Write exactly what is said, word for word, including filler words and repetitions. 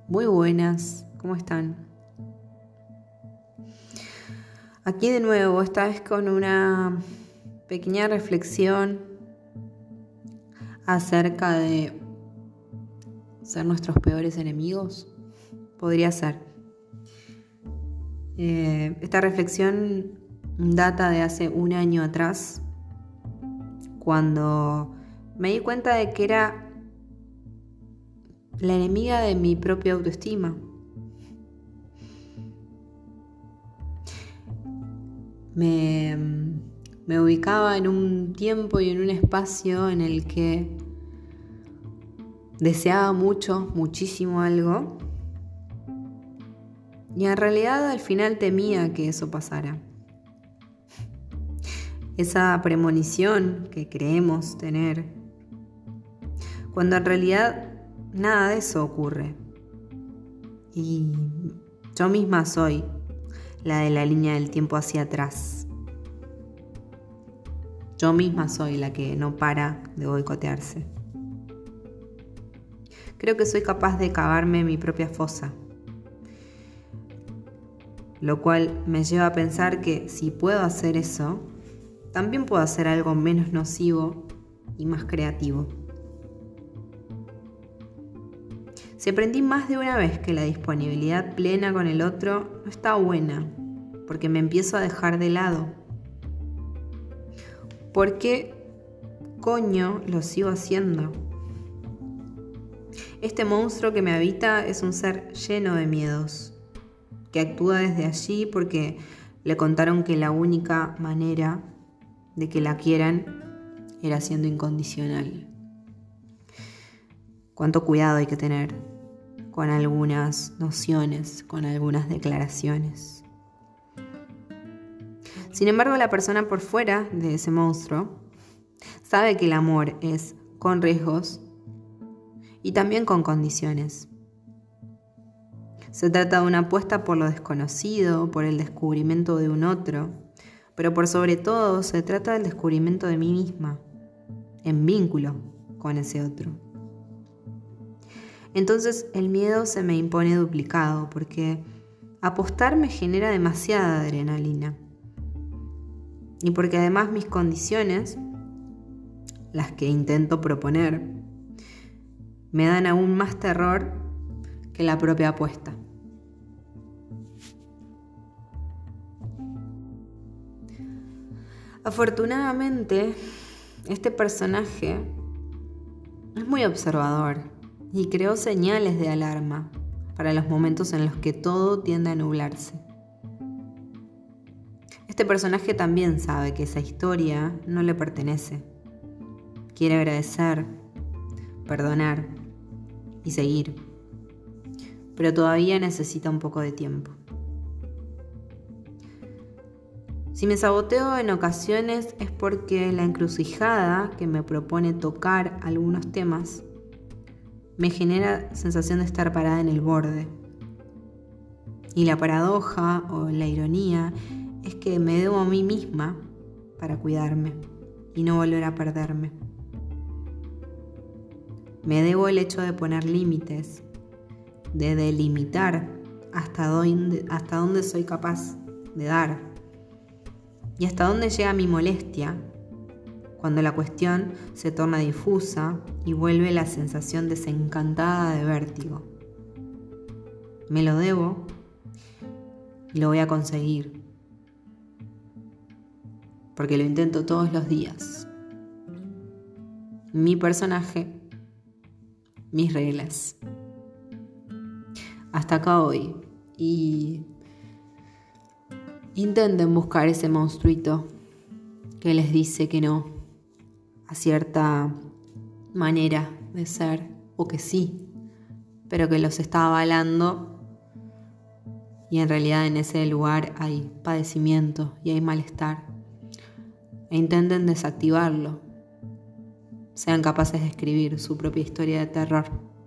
Muy buenas, ¿cómo están? Aquí de nuevo, esta vez con una pequeña reflexión acerca de ser nuestros peores enemigos. Podría ser. Eh, esta reflexión data de hace un año atrás, cuando me di cuenta de que era la enemiga de mi propia autoestima. Me, me ubicaba en un tiempo y en un espacio en el que deseaba mucho, muchísimo algo, y en realidad al final temía que eso pasara. Esa premonición que creemos tener, cuando en realidad nada de eso ocurre. Y yo misma soy la de la línea del tiempo hacia atrás. Yo misma soy la que no para de boicotearse. Creo que soy capaz de cavarme mi propia fosa, lo cual me lleva a pensar que si puedo hacer eso, también puedo hacer algo menos nocivo y más creativo. Si aprendí más de una vez que la disponibilidad plena con el otro no está buena, porque me empiezo a dejar de lado. ¿Por qué coño lo sigo haciendo? Este monstruo que me habita es un ser lleno de miedos, que actúa desde allí porque le contaron que la única manera de que la quieran era siendo incondicional. Cuánto cuidado hay que tener con algunas nociones, con algunas declaraciones. Sin embargo, la persona por fuera de ese monstruo sabe que el amor es con riesgos y también con condiciones. Se trata de una apuesta por lo desconocido, por el descubrimiento de un otro, pero por sobre todo se trata del descubrimiento de mí misma, en vínculo con ese otro. Entonces el miedo se me impone duplicado, porque apostar me genera demasiada adrenalina. Y porque además mis condiciones, las que intento proponer, me dan aún más terror que la propia apuesta. Afortunadamente, este personaje es muy observador y creó señales de alarma para los momentos en los que todo tiende a nublarse. Este personaje también sabe que esa historia no le pertenece. Quiere agradecer, perdonar y seguir, pero todavía necesita un poco de tiempo. Si me saboteo en ocasiones es porque la encrucijada que me propone tocar algunos temas me genera sensación de estar parada en el borde. Y la paradoja o la ironía es que me debo a mí misma para cuidarme y no volver a perderme. Me debo el hecho de poner límites, de delimitar hasta dónde, hasta dónde soy capaz de dar y hasta dónde llega mi molestia cuando la cuestión se torna difusa y vuelve la sensación desencantada de vértigo. Me lo debo y lo voy a conseguir, porque lo intento todos los días. Mi personaje, mis reglas. Hasta acá hoy. Y intenten buscar ese monstruito que les dice que no a cierta manera de ser, o que sí, pero que los está avalando y en realidad en ese lugar hay padecimiento y hay malestar. E intenten desactivarlo. Sean capaces de escribir su propia historia de terror.